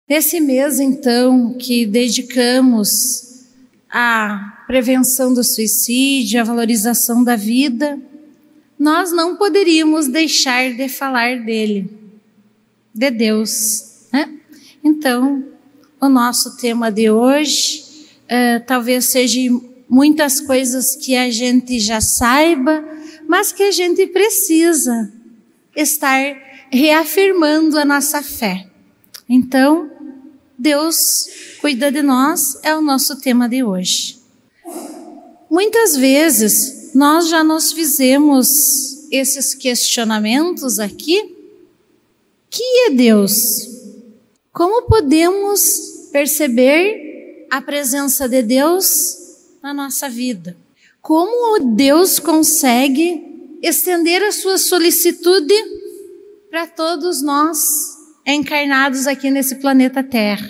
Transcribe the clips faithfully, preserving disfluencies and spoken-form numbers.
Nesse mês, então, que dedicamos à prevenção do suicídio, à valorização da vida, nós não poderíamos deixar de falar dele, de Deus, né? Então, o nosso tema de hoje uh, talvez seja muitas coisas que a gente já saiba, mas que a gente precisa estar reafirmando a nossa fé. Então, Deus cuida de nós é o nosso tema de hoje. Muitas vezes nós já nos fizemos esses questionamentos aqui. Que é Deus? Como podemos perceber a presença de Deus na nossa vida? Como Deus consegue estender a sua solicitude para todos nós encarnados aqui nesse planeta Terra?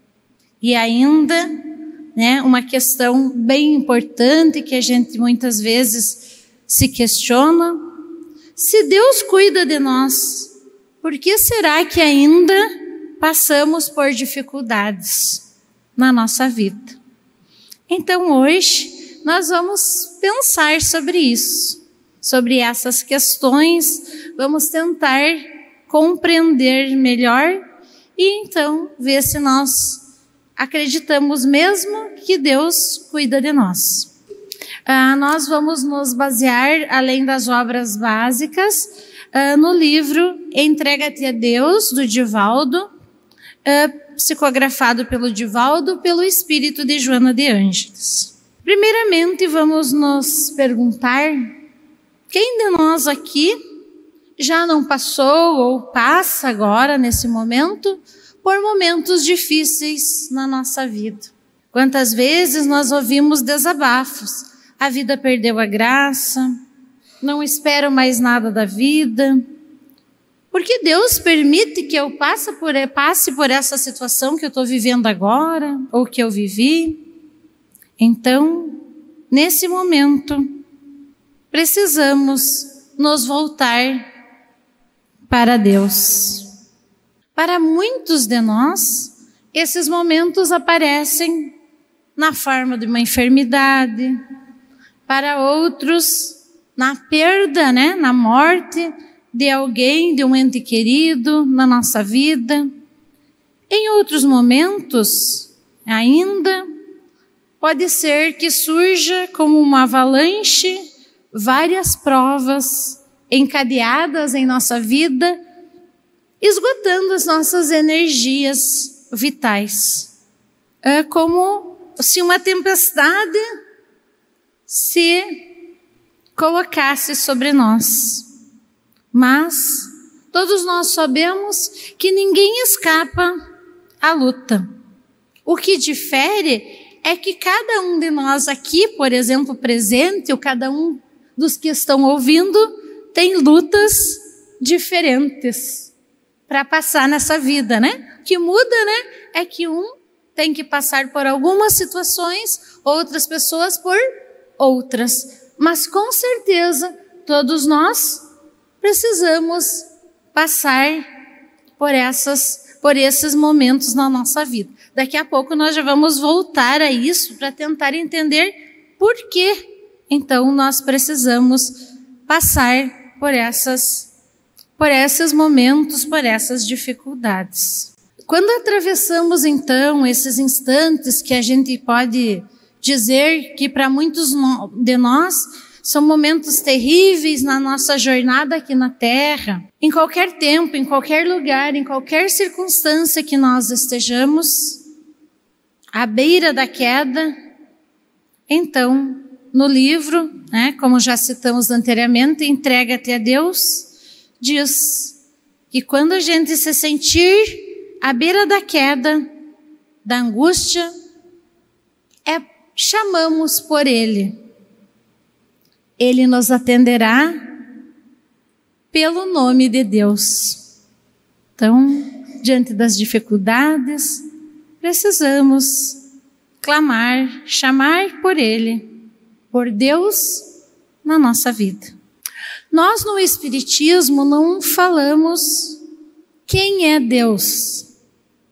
E ainda, né, uma questão bem importante que a gente muitas vezes se questiona: se Deus cuida de nós, por que será que ainda passamos por dificuldades na nossa vida? Então hoje nós vamos pensar sobre isso, sobre essas questões, vamos tentar compreender melhor e então ver se nós acreditamos mesmo que Deus cuida de nós. Ah, nós vamos nos basear, além das obras básicas, ah, no livro Entrega-te a Deus, do Divaldo, ah, psicografado pelo Divaldo, pelo espírito de Joana de Ângeles. Primeiramente, vamos nos perguntar: quem de nós aqui já não passou ou passa agora, nesse momento, por momentos difíceis na nossa vida? Quantas vezes nós ouvimos desabafos: a vida perdeu a graça, não espero mais nada da vida. Porque Deus permite que eu passe por, passe por essa situação que eu estou vivendo agora, ou que eu vivi? Então, nesse momento, precisamos nos voltar para Deus. Para muitos de nós, esses momentos aparecem na forma de uma enfermidade, para outros, na perda, né, na morte de alguém, de um ente querido na nossa vida. Em outros momentos, ainda, pode ser que surja como uma avalanche várias provas encadeadas em nossa vida, esgotando as nossas energias vitais. É como se uma tempestade se colocasse sobre nós. Mas todos nós sabemos que ninguém escapa à luta. O que difere é que cada um de nós aqui, por exemplo, presente, ou cada um dos que estão ouvindo, tem lutas diferentes para passar nessa vida, né? O que muda, né, é que um tem que passar por algumas situações, outras pessoas por outras. Mas com certeza, todos nós precisamos passar por essas, por esses momentos na nossa vida. Daqui a pouco nós já vamos voltar a isso para tentar entender por que então nós precisamos passar por essas, por esses momentos, por essas dificuldades. Quando atravessamos então esses instantes que a gente pode dizer que para muitos de nós são momentos terríveis na nossa jornada aqui na Terra, em qualquer tempo, em qualquer lugar, em qualquer circunstância que nós estejamos, à beira da queda, então, no livro, né, como já citamos anteriormente, Entrega-te a Deus, diz que quando a gente se sentir à beira da queda, da angústia, é, chamamos por Ele. Ele nos atenderá pelo nome de Deus. Então, diante das dificuldades, precisamos clamar, chamar por Ele, por Deus na nossa vida. Nós no Espiritismo não falamos quem é Deus.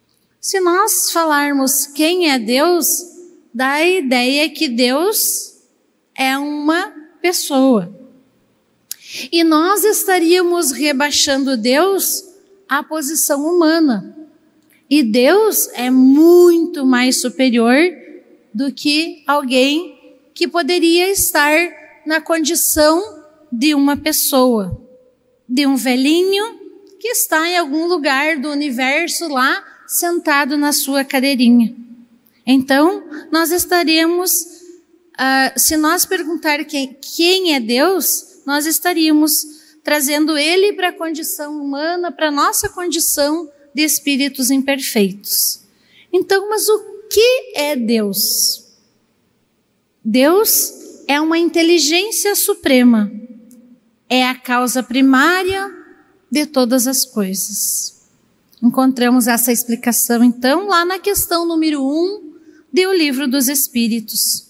Se nós falarmos quem é Deus, dá a ideia que Deus é uma pessoa. E nós estaríamos rebaixando Deus à posição humana. E Deus é muito mais superior do que alguém que poderia estar na condição de uma pessoa, de um velhinho que está em algum lugar do universo lá, sentado na sua cadeirinha. Então, nós estaremos, uh, se nós perguntar quem, quem é Deus, nós estaríamos trazendo Ele para a condição humana, para a nossa condição de espíritos imperfeitos. Então, mas o que é Deus? Deus é uma inteligência suprema, é a causa primária de todas as coisas. Encontramos essa explicação, então, lá na questão número um do Livro dos Espíritos.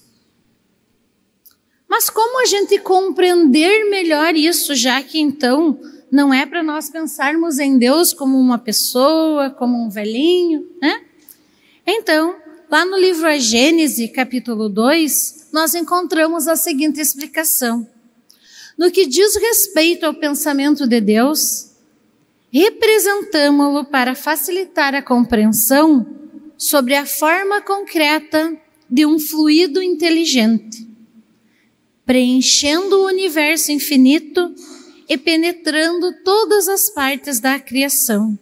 Mas como a gente compreender melhor isso, já que, então, não é para nós pensarmos em Deus como uma pessoa, como um velhinho, né? Então, lá no livro A Gênese, capítulo dois, nós encontramos a seguinte explicação. No que diz respeito ao pensamento de Deus, representamo-lo para facilitar a compreensão sobre a forma concreta de um fluido inteligente, preenchendo o universo infinito e penetrando todas as partes da criação.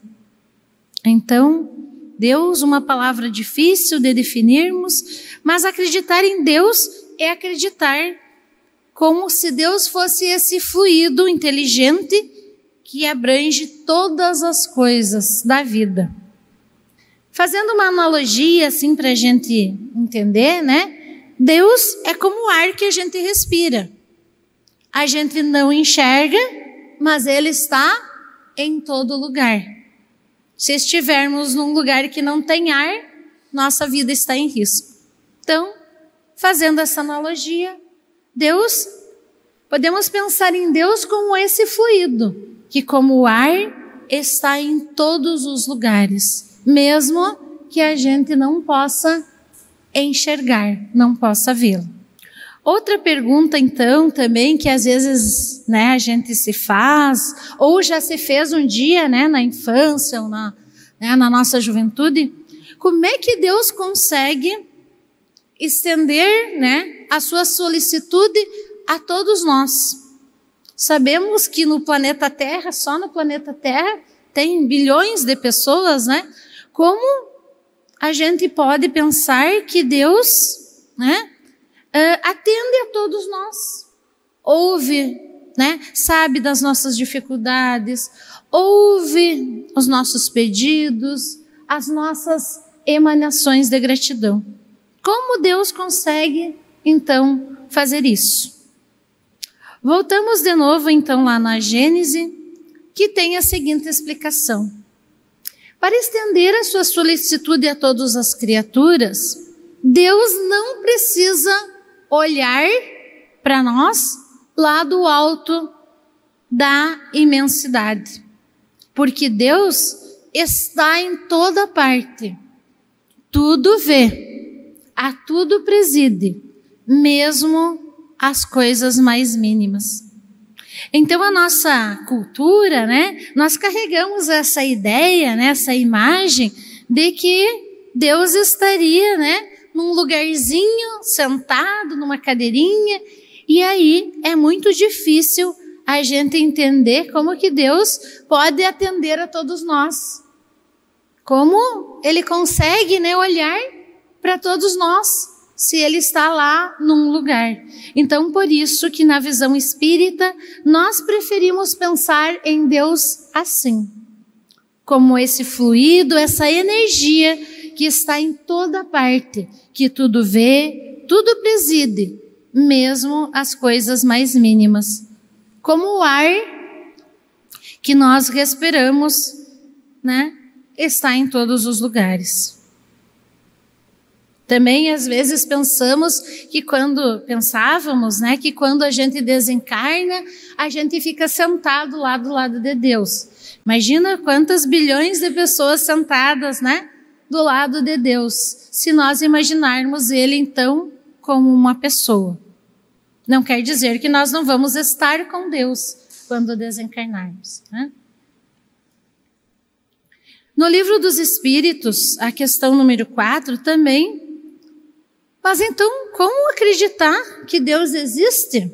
Então, Deus, uma palavra difícil de definirmos, mas acreditar em Deus é acreditar como se Deus fosse esse fluido inteligente que abrange todas as coisas da vida. Fazendo uma analogia assim para a gente entender, né? Deus é como o ar que a gente respira. A gente não enxerga, mas Ele está em todo lugar. Se estivermos num lugar que não tem ar, nossa vida está em risco. Então, fazendo essa analogia, Deus, podemos pensar em Deus como esse fluido, que como o ar está em todos os lugares, mesmo que a gente não possa enxergar, não possa vê-lo. Outra pergunta, então, também, que às vezes, né, a gente se faz, ou já se fez um dia, né, na infância, ou na, né, na nossa juventude, como é que Deus consegue estender, né, a sua solicitude a todos nós? Sabemos que no planeta Terra, só no planeta Terra, tem bilhões de pessoas, né? Como a gente pode pensar que Deus, né, Uh, atende a todos nós, ouve, né, sabe das nossas dificuldades, ouve os nossos pedidos, as nossas emanações de gratidão. Como Deus consegue, então, fazer isso? Voltamos de novo, então, lá na Gênese, que tem a seguinte explicação. Para estender a sua solicitude a todas as criaturas, Deus não precisa olhar para nós lá do alto da imensidade, porque Deus está em toda parte, tudo vê, a tudo preside, mesmo as coisas mais mínimas. Então a nossa cultura, né, nós carregamos essa ideia, né, essa imagem de que Deus estaria, né, num lugarzinho, sentado numa cadeirinha, e aí é muito difícil a gente entender como que Deus pode atender a todos nós. Como Ele consegue, né, olhar para todos nós, se Ele está lá num lugar. Então, por isso que na visão espírita, nós preferimos pensar em Deus assim, como esse fluido, essa energia que está em toda parte, que tudo vê, tudo preside, mesmo as coisas mais mínimas. Como o ar que nós respiramos, né, está em todos os lugares. Também, às vezes, pensamos que quando, pensávamos, né, que quando a gente desencarna, a gente fica sentado lá do lado de Deus. Imagina quantas bilhões de pessoas sentadas, né, do lado de Deus, se nós imaginarmos ele, então, como uma pessoa. Não quer dizer que nós não vamos estar com Deus quando desencarnarmos, né? No Livro dos Espíritos, a questão número quatro também. Mas então, como acreditar que Deus existe?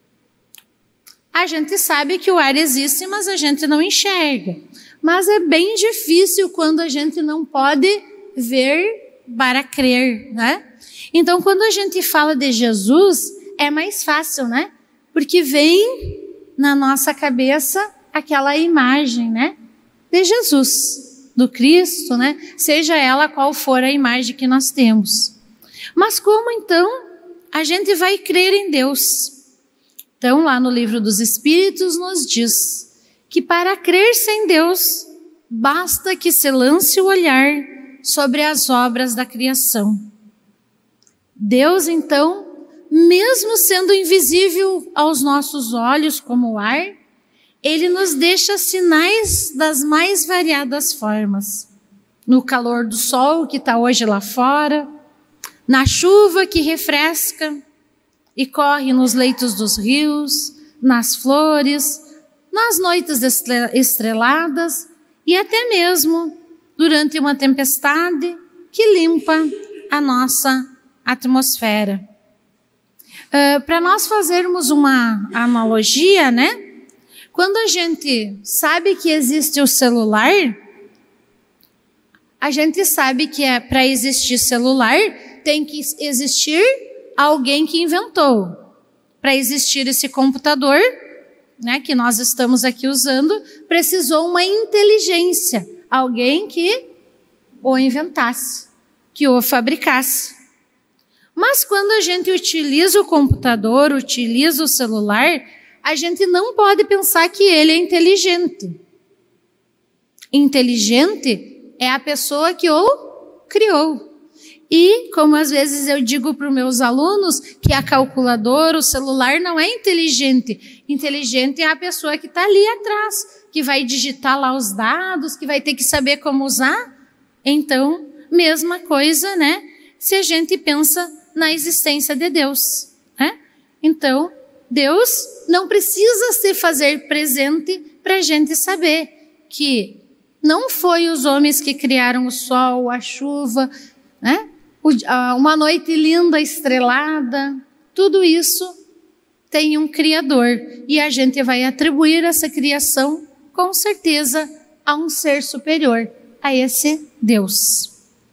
A gente sabe que o ar existe, mas a gente não enxerga. Mas é bem difícil quando a gente não pode ver para crer, né? Então, quando a gente fala de Jesus, é mais fácil, né? Porque vem na nossa cabeça aquela imagem, né? De Jesus, do Cristo, né? Seja ela qual for a imagem que nós temos. Mas como então a gente vai crer em Deus? Então, lá no Livro dos Espíritos nos diz que para crer-se em Deus, basta que se lance o olhar sobre as obras da criação. Deus, então, mesmo sendo invisível aos nossos olhos como o ar, ele nos deixa sinais das mais variadas formas. No calor do sol que está hoje lá fora, na chuva que refresca e corre nos leitos dos rios, nas flores, nas noites estreladas e até mesmo durante uma tempestade que limpa a nossa atmosfera. Uh, para nós fazermos uma analogia, né? Quando a gente sabe que existe o celular, a gente sabe que é, para existir celular tem que existir alguém que inventou. Para existir esse computador, né, que nós estamos aqui usando, precisou uma inteligência, alguém que o inventasse, que o fabricasse. Mas quando a gente utiliza o computador, utiliza o celular, a gente não pode pensar que ele é inteligente. Inteligente é a pessoa que o criou. E, como às vezes eu digo para os meus alunos, que a calculadora, o celular não é inteligente. Inteligente é a pessoa que está ali atrás, que vai digitar lá os dados, que vai ter que saber como usar. Então, mesma coisa, né? Se a gente pensa na existência de Deus, né? Então, Deus não precisa se fazer presente para a gente saber que não foi os homens que criaram o sol, a chuva, né? Uma noite linda, estrelada, tudo isso tem um Criador. E a gente vai atribuir essa criação, com certeza, a um ser superior, a esse Deus.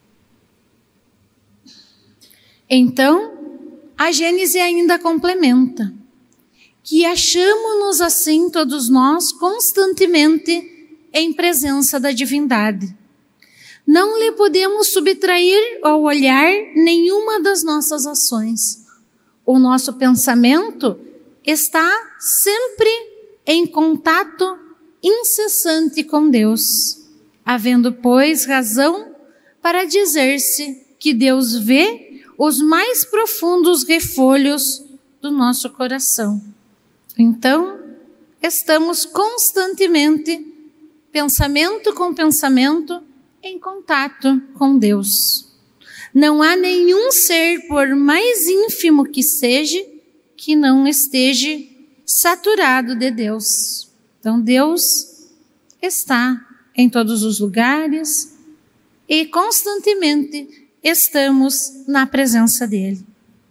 Então, a Gênese ainda complementa que achamo-nos assim todos nós constantemente em presença da divindade. Não lhe podemos subtrair ao olhar nenhuma das nossas ações. O nosso pensamento está sempre em contato incessante com Deus, havendo, pois, razão para dizer-se que Deus vê os mais profundos refolhos do nosso coração. Então, estamos constantemente, pensamento com pensamento, em contato com Deus. Não há nenhum ser, por mais ínfimo que seja, que não esteja saturado de Deus. Então, Deus está em todos os lugares e constantemente estamos na presença dele.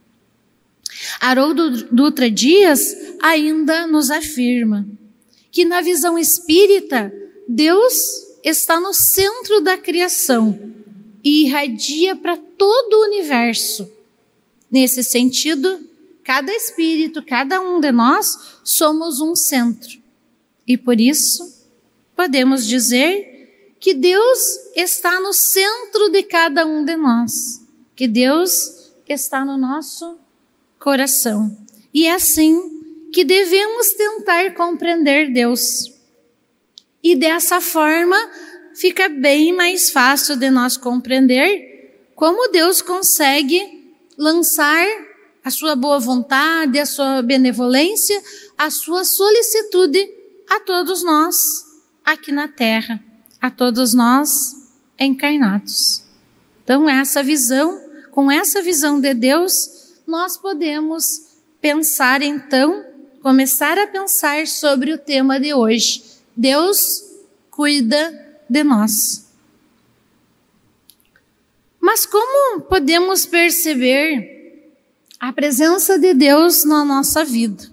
Haroldo Dutra Dias ainda nos afirma que na visão espírita, Deus está no centro da criação e irradia para todo o universo. Nesse sentido, cada espírito, cada um de nós, somos um centro. E por isso, podemos dizer que Deus está no centro de cada um de nós, que Deus está no nosso coração. E é assim que devemos tentar compreender Deus. E dessa forma, fica bem mais fácil de nós compreender como Deus consegue lançar a sua boa vontade, a sua benevolência, a sua solicitude a todos nós aqui na Terra, a todos nós encarnados. Então, essa visão, com essa visão de Deus, nós podemos pensar então, começar a pensar sobre o tema de hoje. Deus cuida de nós. Mas como podemos perceber a presença de Deus na nossa vida?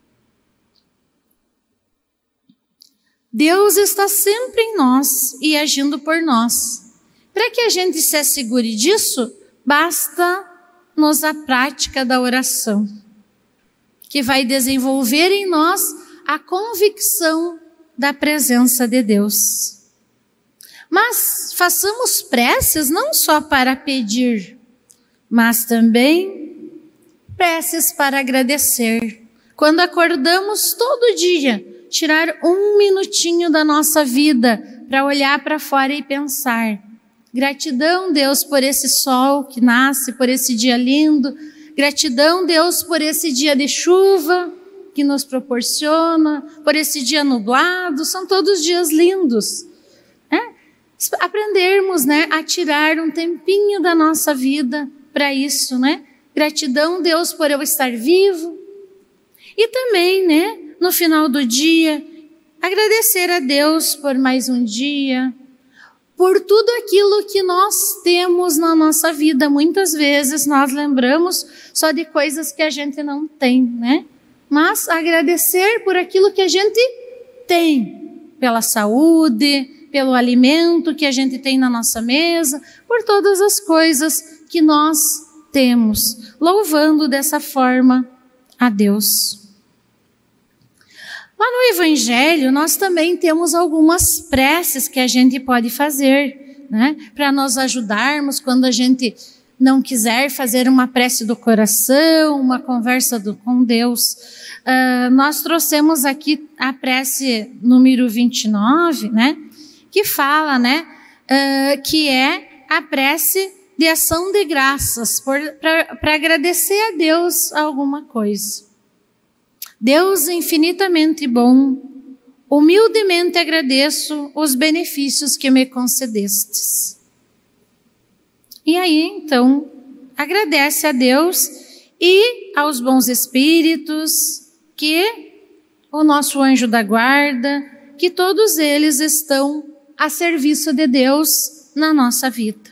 Deus está sempre em nós e agindo por nós. Para que a gente se assegure disso, basta-nos a prática da oração, que vai desenvolver em nós a convicção da presença de Deus. Mas façamos preces não só para pedir, mas também preces para agradecer. Quando acordamos todo dia, tirar um minutinho da nossa vida para olhar para fora e pensar: gratidão, Deus, por esse sol que nasce, por esse dia lindo. Gratidão, Deus, por esse dia de chuva que nos proporciona, por esse dia nublado. São todos dias lindos. É? Aprendermos, né, a tirar um tempinho da nossa vida para isso, né? Gratidão, Deus, por eu estar vivo. E também, né, no final do dia, agradecer a Deus por mais um dia, por tudo aquilo que nós temos na nossa vida. Muitas vezes nós lembramos só de coisas que a gente não tem, né? Mas agradecer por aquilo que a gente tem, pela saúde, pelo alimento que a gente tem na nossa mesa, por todas as coisas que nós temos, louvando dessa forma a Deus. Lá no Evangelho, nós também temos algumas preces que a gente pode fazer, né? Para nos ajudarmos quando a gente não quiser fazer uma prece do coração, uma conversa do, com Deus. Uh, nós trouxemos aqui a prece número vinte e nove, né? Que fala, né? Uh, que é a prece de ação de graças, para agradecer a Deus alguma coisa. Deus infinitamente bom, humildemente agradeço os benefícios que me concedestes. E aí, então, agradece a Deus e aos bons espíritos, que o nosso anjo da guarda, que todos eles estão a serviço de Deus na nossa vida.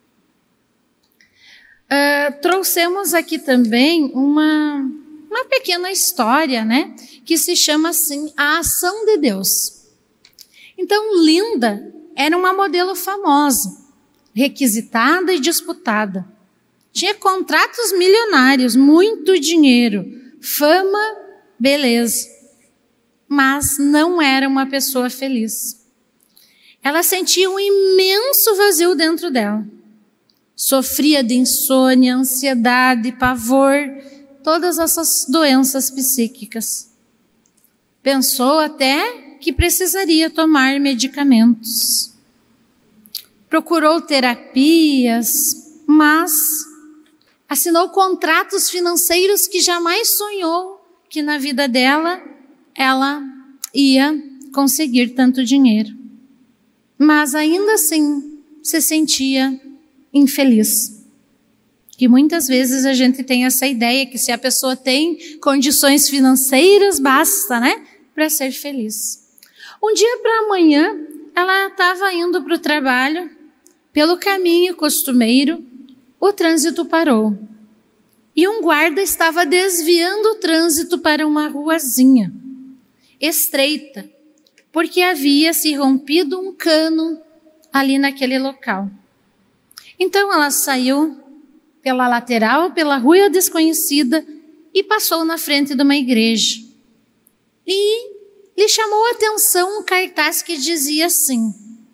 Uh, trouxemos aqui também uma... uma pequena história, né? Que se chama assim, a ação de Deus. Então, Linda era uma modelo famosa, requisitada e disputada. Tinha contratos milionários, muito dinheiro, fama, beleza. Mas não era uma pessoa feliz. Ela sentia um imenso vazio dentro dela. Sofria de insônia, ansiedade, pavor, todas essas doenças psíquicas. Pensou até que precisaria tomar medicamentos. Procurou terapias, mas assinou contratos financeiros que jamais sonhou que na vida dela ela ia conseguir tanto dinheiro. Mas ainda assim se sentia infeliz. Que muitas vezes a gente tem essa ideia que se a pessoa tem condições financeiras, basta, né, para ser feliz. Um dia para amanhã, ela estava indo para o trabalho, pelo caminho costumeiro, o trânsito parou. E um guarda estava desviando o trânsito para uma ruazinha estreita, porque havia se rompido um cano ali naquele local. Então ela saiu pela lateral, pela rua desconhecida, e passou na frente de uma igreja. E lhe chamou a atenção um cartaz que dizia assim: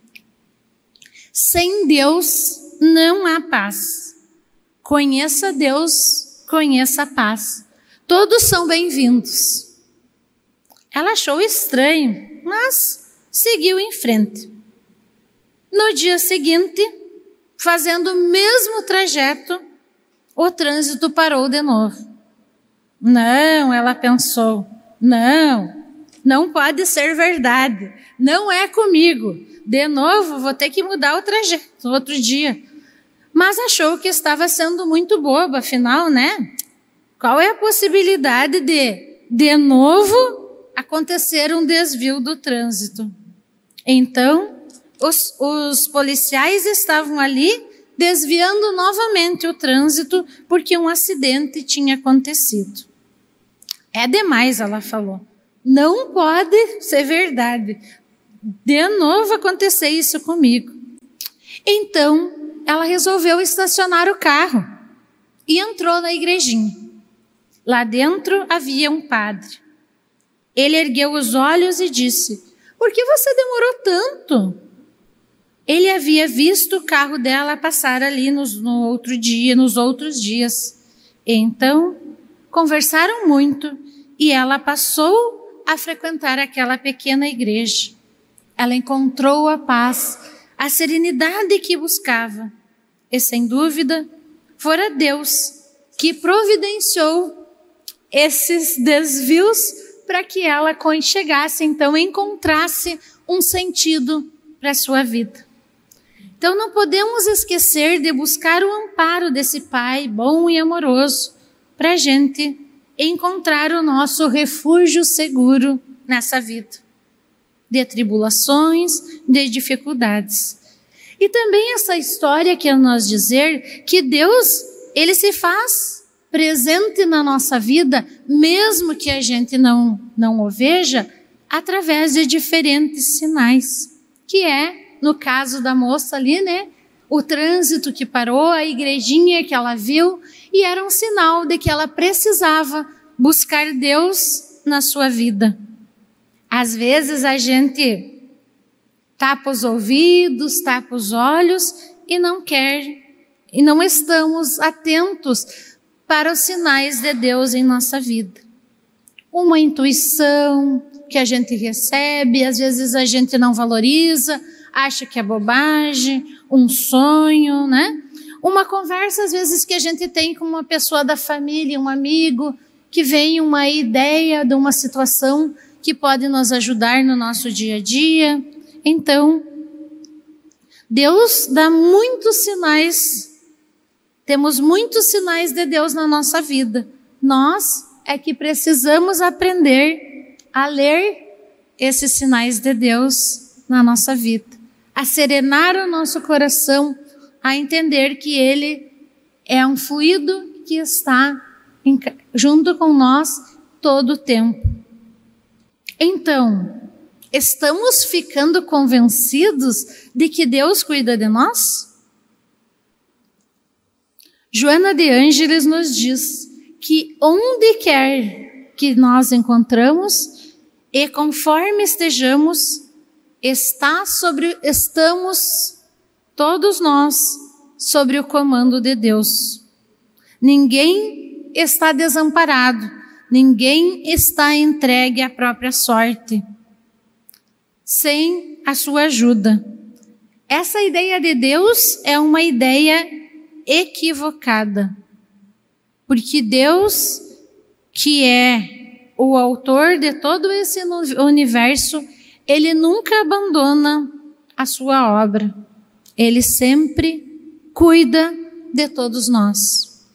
sem Deus não há paz. Conheça Deus, conheça a paz. Todos são bem-vindos. Ela achou estranho, mas seguiu em frente. No dia seguinte, fazendo o mesmo trajeto, o trânsito parou de novo. Não, ela pensou, não, não pode ser verdade, não é comigo. De novo, vou ter que mudar o trajeto, outro dia. mas achou que estava sendo muito bobo, afinal, né? Qual é a possibilidade de, de novo, acontecer um desvio do trânsito? Então, os, os policiais estavam ali desviando novamente o trânsito porque um acidente tinha acontecido. É demais, ela falou. Não pode ser verdade. De novo acontecer isso comigo. Então, ela resolveu estacionar o carro e entrou na igrejinha. Lá dentro havia um padre. Ele ergueu os olhos e disse: "Por que você demorou tanto?" Ele havia visto o carro dela passar ali nos, no outro dia, nos outros dias. Então, conversaram muito e ela passou a frequentar aquela pequena igreja. Ela encontrou a paz, a serenidade que buscava. E, sem dúvida, fora Deus que providenciou esses desvios para que ela chegasse, então, encontrasse um sentido para a sua vida. Então, não podemos esquecer de buscar o amparo desse Pai bom e amoroso para a gente encontrar o nosso refúgio seguro nessa vida, de tribulações, de dificuldades. E também essa história quer nos dizer que Deus, Ele se faz presente na nossa vida, mesmo que a gente não, não o veja, através de diferentes sinais, que é, no caso da moça ali, né? O trânsito que parou, a igrejinha que ela viu, e era um sinal de que ela precisava buscar Deus na sua vida. Às vezes a gente tapa os ouvidos, tapa os olhos e não quer, e não estamos atentos para os sinais de Deus em nossa vida. Uma intuição que a gente recebe, às vezes a gente não valoriza, acha que é bobagem, um sonho, né? Uma conversa, às vezes, que a gente tem com uma pessoa da família, um amigo, que vem uma ideia de uma situação que pode nos ajudar no nosso dia a dia. Então, Deus dá muitos sinais, temos muitos sinais de Deus na nossa vida. Nós é que precisamos aprender a ler esses sinais de Deus na nossa vida, a serenar o nosso coração, a entender que Ele é um fluido que está em, junto com nós todo o tempo. Então, estamos ficando convencidos de que Deus cuida de nós? Joana de Ângeles nos diz que onde quer que nós encontramos e conforme estejamos, está sobre, estamos todos nós sobre o comando de Deus. Ninguém está desamparado, ninguém está entregue à própria sorte, sem a sua ajuda. Essa ideia de Deus é uma ideia equivocada, porque Deus, que é o autor de todo esse universo, Ele nunca abandona a sua obra. Ele sempre cuida de todos nós.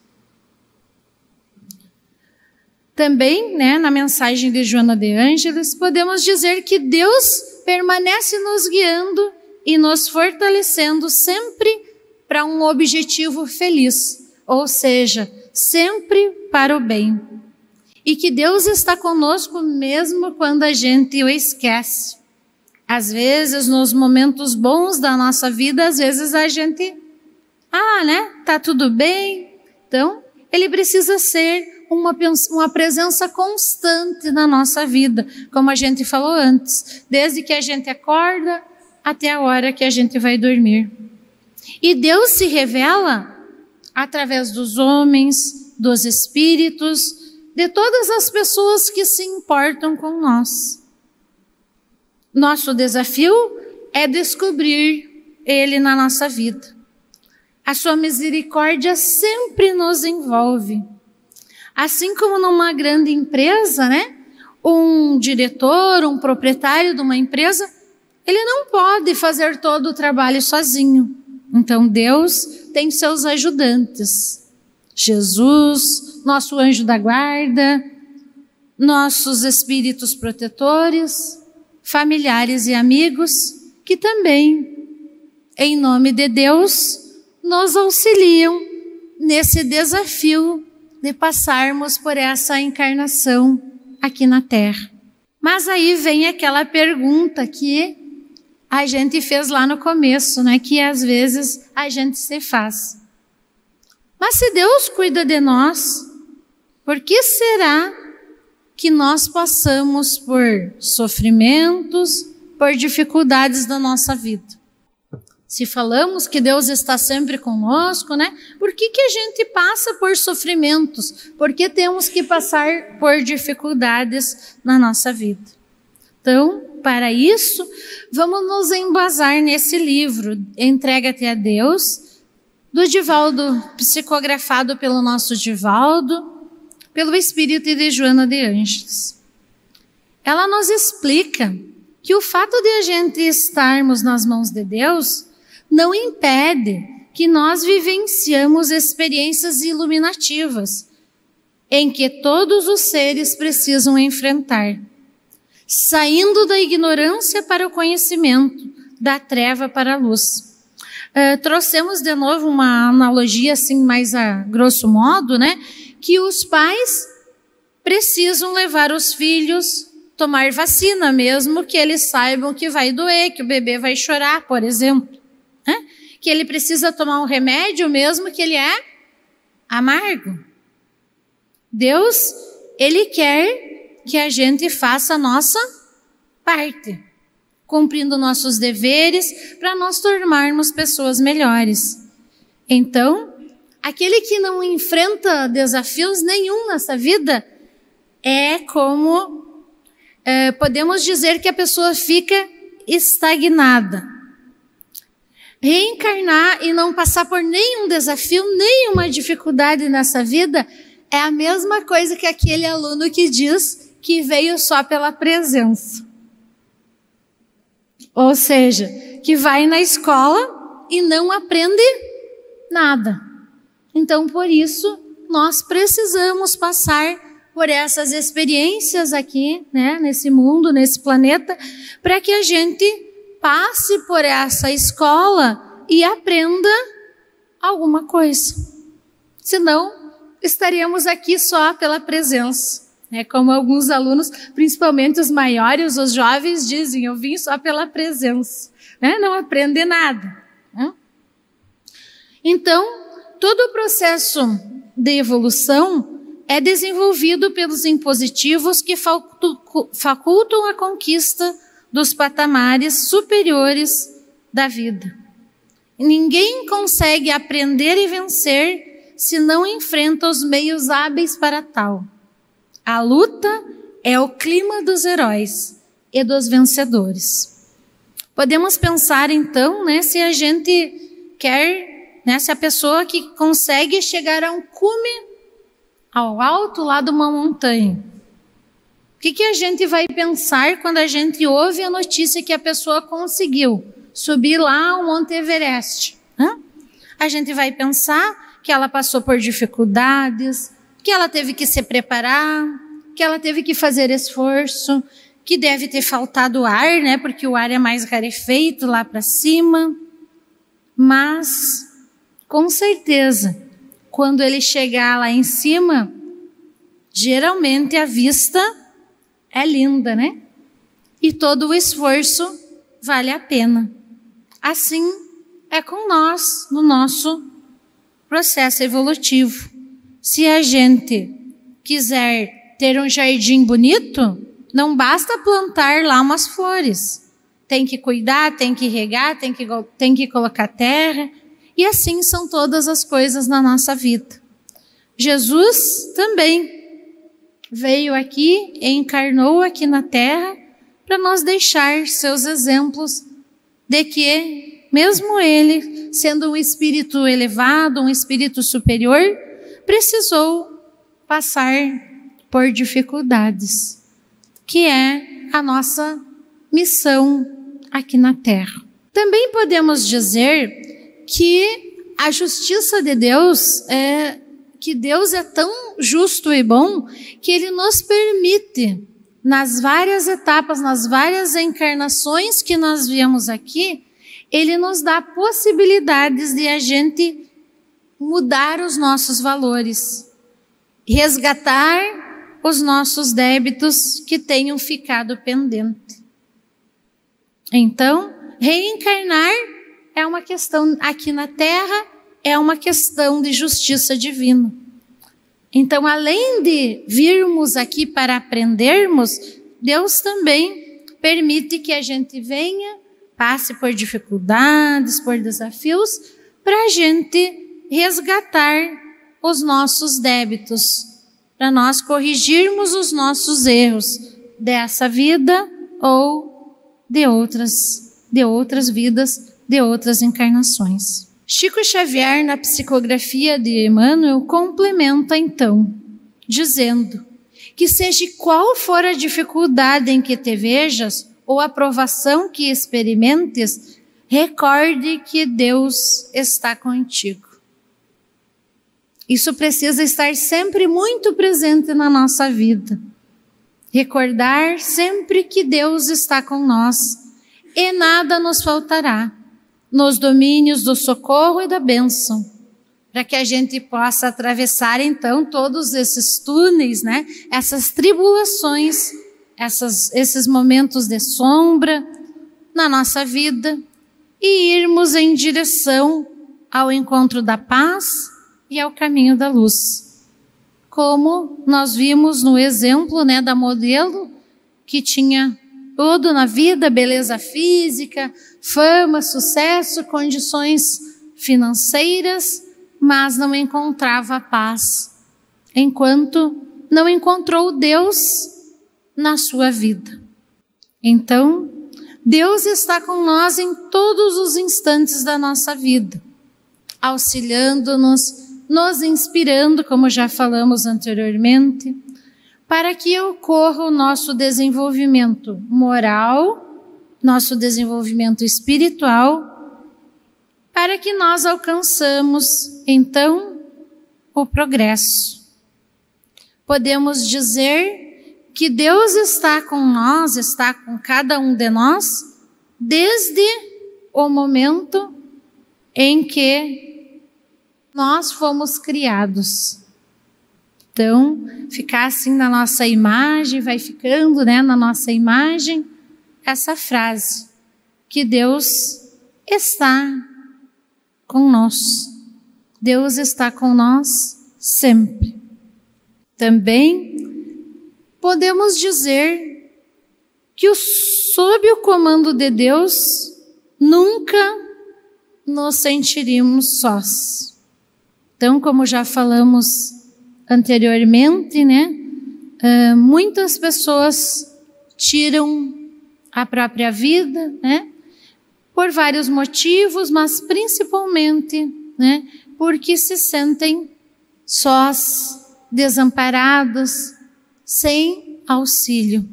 Também, né, na mensagem de Joana de Ângeles, podemos dizer que Deus permanece nos guiando e nos fortalecendo sempre para um objetivo feliz, ou seja, sempre para o bem. E que Deus está conosco mesmo quando a gente o esquece. Às vezes, nos momentos bons da nossa vida, às vezes a gente, ah, né, tá tudo bem. Então, Ele precisa ser uma, uma presença constante na nossa vida, como a gente falou antes, desde que a gente acorda até a hora que a gente vai dormir. E Deus se revela através dos homens, dos espíritos, de todas as pessoas que se importam com nós. Nosso desafio é descobrir Ele na nossa vida. A sua misericórdia sempre nos envolve. Assim como numa grande empresa, né? Um diretor, um proprietário de uma empresa, ele não pode fazer todo o trabalho sozinho. Então Deus tem seus ajudantes. Jesus, nosso anjo da guarda, nossos espíritos protetores, familiares e amigos, que também, em nome de Deus, nos auxiliam nesse desafio de passarmos por essa encarnação aqui na Terra. Mas aí vem aquela pergunta que a gente fez lá no começo, né? Que às vezes a gente se faz. Mas se Deus cuida de nós, por que será que nós passamos por sofrimentos, por dificuldades da nossa vida? Se falamos que Deus está sempre conosco, né? Por que que a gente passa por sofrimentos? Por que temos que passar por dificuldades na nossa vida? Então, para isso, vamos nos embasar nesse livro, Entrega-te a Deus, do Divaldo, psicografado pelo nosso Divaldo, pelo Espírito de Joana de Ângeles. Ela nos explica que o fato de a gente estarmos nas mãos de Deus não impede que nós vivenciamos experiências iluminativas, em que todos os seres precisam enfrentar, saindo da ignorância para o conhecimento, da treva para a luz. Uh, trouxemos de novo uma analogia assim mais a grosso modo, né? Que os pais precisam levar os filhos tomar vacina, mesmo que eles saibam que vai doer, que o bebê vai chorar, por exemplo. Né? Que ele precisa tomar um remédio mesmo que ele é amargo. Deus, Ele quer que a gente faça a nossa parte, cumprindo nossos deveres para nós tornarmos pessoas melhores. Então, aquele que não enfrenta desafios nenhum nessa vida é como, é, podemos dizer que a pessoa fica estagnada. Reencarnar e não passar por nenhum desafio, nenhuma dificuldade nessa vida, é a mesma coisa que aquele aluno que diz que veio só pela presença. Ou seja, que vai na escola e não aprende nada. Então, por isso, nós precisamos passar por essas experiências aqui, né, nesse mundo, nesse planeta, para que a gente passe por essa escola e aprenda alguma coisa. Senão, estaríamos aqui só pela presença. É como alguns alunos, principalmente os maiores, os jovens, dizem, eu vim só pela presença. Né? Não aprende nada. Né? Então, todo o processo de evolução é desenvolvido pelos impositivos que facultam a conquista dos patamares superiores da vida. Ninguém consegue aprender e vencer se não enfrenta os meios hábeis para tal. A luta é o clima dos heróis e dos vencedores. Podemos pensar então, né, se a gente quer, né, se a pessoa que consegue chegar a um cume, ao alto lá de uma montanha, o que, que a gente vai pensar quando a gente ouve a notícia que a pessoa conseguiu subir lá ao Monte Everest? Hã? A gente vai pensar que ela passou por dificuldades, que ela teve que se preparar, que ela teve que fazer esforço, que deve ter faltado ar, né? Porque o ar é mais rarefeito lá para cima. Mas, com certeza, quando ele chegar lá em cima, geralmente a vista é linda, né? E todo o esforço vale a pena. Assim é com nós, no nosso processo evolutivo. Se a gente quiser ter um jardim bonito, não basta plantar lá umas flores. Tem que cuidar, tem que regar, tem que, tem que colocar terra. E assim são todas as coisas na nossa vida. Jesus também veio aqui e encarnou aqui na Terra para nos deixar seus exemplos de que, mesmo ele, sendo um espírito elevado, um espírito superior, precisou passar por dificuldades, que é a nossa missão aqui na Terra. Também podemos dizer que a justiça de Deus é que Deus é tão justo e bom que Ele nos permite, nas várias etapas, nas várias encarnações que nós viemos aqui, Ele nos dá possibilidades de a gente mudar os nossos valores, resgatar os nossos débitos que tenham ficado pendentes. Então, reencarnar é uma questão aqui na Terra, é uma questão de justiça divina. Então, além de virmos aqui para aprendermos, Deus também permite que a gente venha, passe por dificuldades, por desafios, para a gente resgatar os nossos débitos, para nós corrigirmos os nossos erros dessa vida ou de outras, de outras vidas, de outras encarnações. Chico Xavier, na psicografia de Emmanuel, complementa então, dizendo que seja qual for a dificuldade em que te vejas, ou a provação que experimentes, recorde que Deus está contigo. Isso precisa estar sempre muito presente na nossa vida. Recordar sempre que Deus está com nós e nada nos faltará nos domínios do socorro e da bênção, para que a gente possa atravessar então todos esses túneis, né? Essas tribulações, essas, esses momentos de sombra na nossa vida e irmos em direção ao encontro da paz e ao caminho da luz. Como nós vimos no exemplo, né, da modelo que tinha tudo na vida, beleza física, fama, sucesso, condições financeiras, mas não encontrava paz, enquanto não encontrou Deus na sua vida. Então, Deus está com nós em todos os instantes da nossa vida, auxiliando-nos, nos inspirando, como já falamos anteriormente, para que ocorra o nosso desenvolvimento moral, nosso desenvolvimento espiritual, para que nós alcançamos, então, o progresso. Podemos dizer que Deus está com nós, está com cada um de nós, desde o momento em que nós fomos criados. Então, ficar assim na nossa imagem, vai ficando, né, na nossa imagem, essa frase, que Deus está conosco. Deus está com nós sempre. Também podemos dizer que sob o comando de Deus, nunca nos sentiríamos sós. Então, como já falamos anteriormente, né, uh, muitas pessoas tiram a própria vida, né, por vários motivos, mas principalmente, né, porque se sentem sós, desamparados, sem auxílio.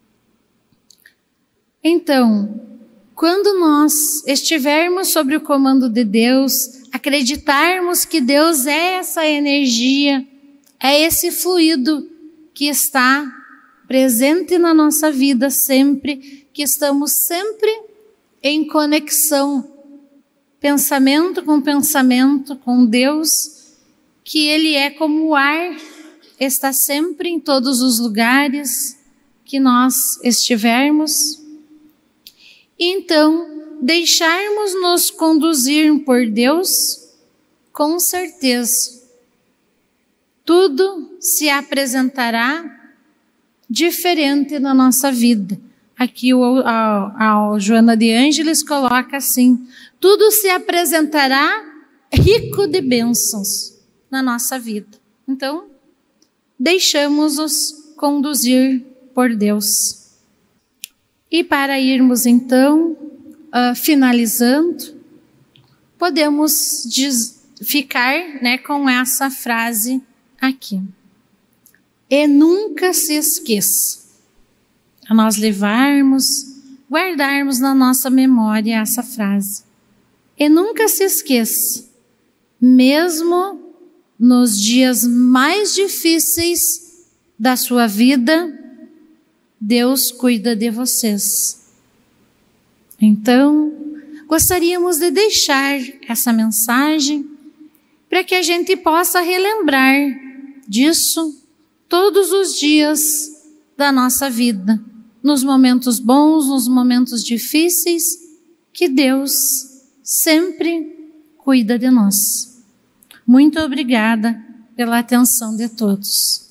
Então, quando nós estivermos sob o comando de Deus, acreditarmos que Deus é essa energia, é esse fluido que está presente na nossa vida sempre, que estamos sempre em conexão, pensamento com pensamento, com Deus, que Ele é como o ar, está sempre em todos os lugares que nós estivermos. Então, deixarmos nos conduzir por Deus, com certeza, tudo se apresentará diferente na nossa vida. Aqui o, a, a Joana de Ângeles coloca assim, tudo se apresentará rico de bênçãos na nossa vida. Então, deixamos-nos conduzir por Deus. E para irmos então, uh, finalizando, podemos diz, ficar, né, com essa frase aqui. E nunca se esqueça. A nós levarmos, guardarmos na nossa memória essa frase. E nunca se esqueça mesmo nos dias mais difíceis da sua vida, Deus cuida de vocês. Então, gostaríamos de deixar essa mensagem para que a gente possa relembrar disso todos os dias da nossa vida, nos momentos bons, nos momentos difíceis, que Deus sempre cuida de nós. Muito obrigada pela atenção de todos.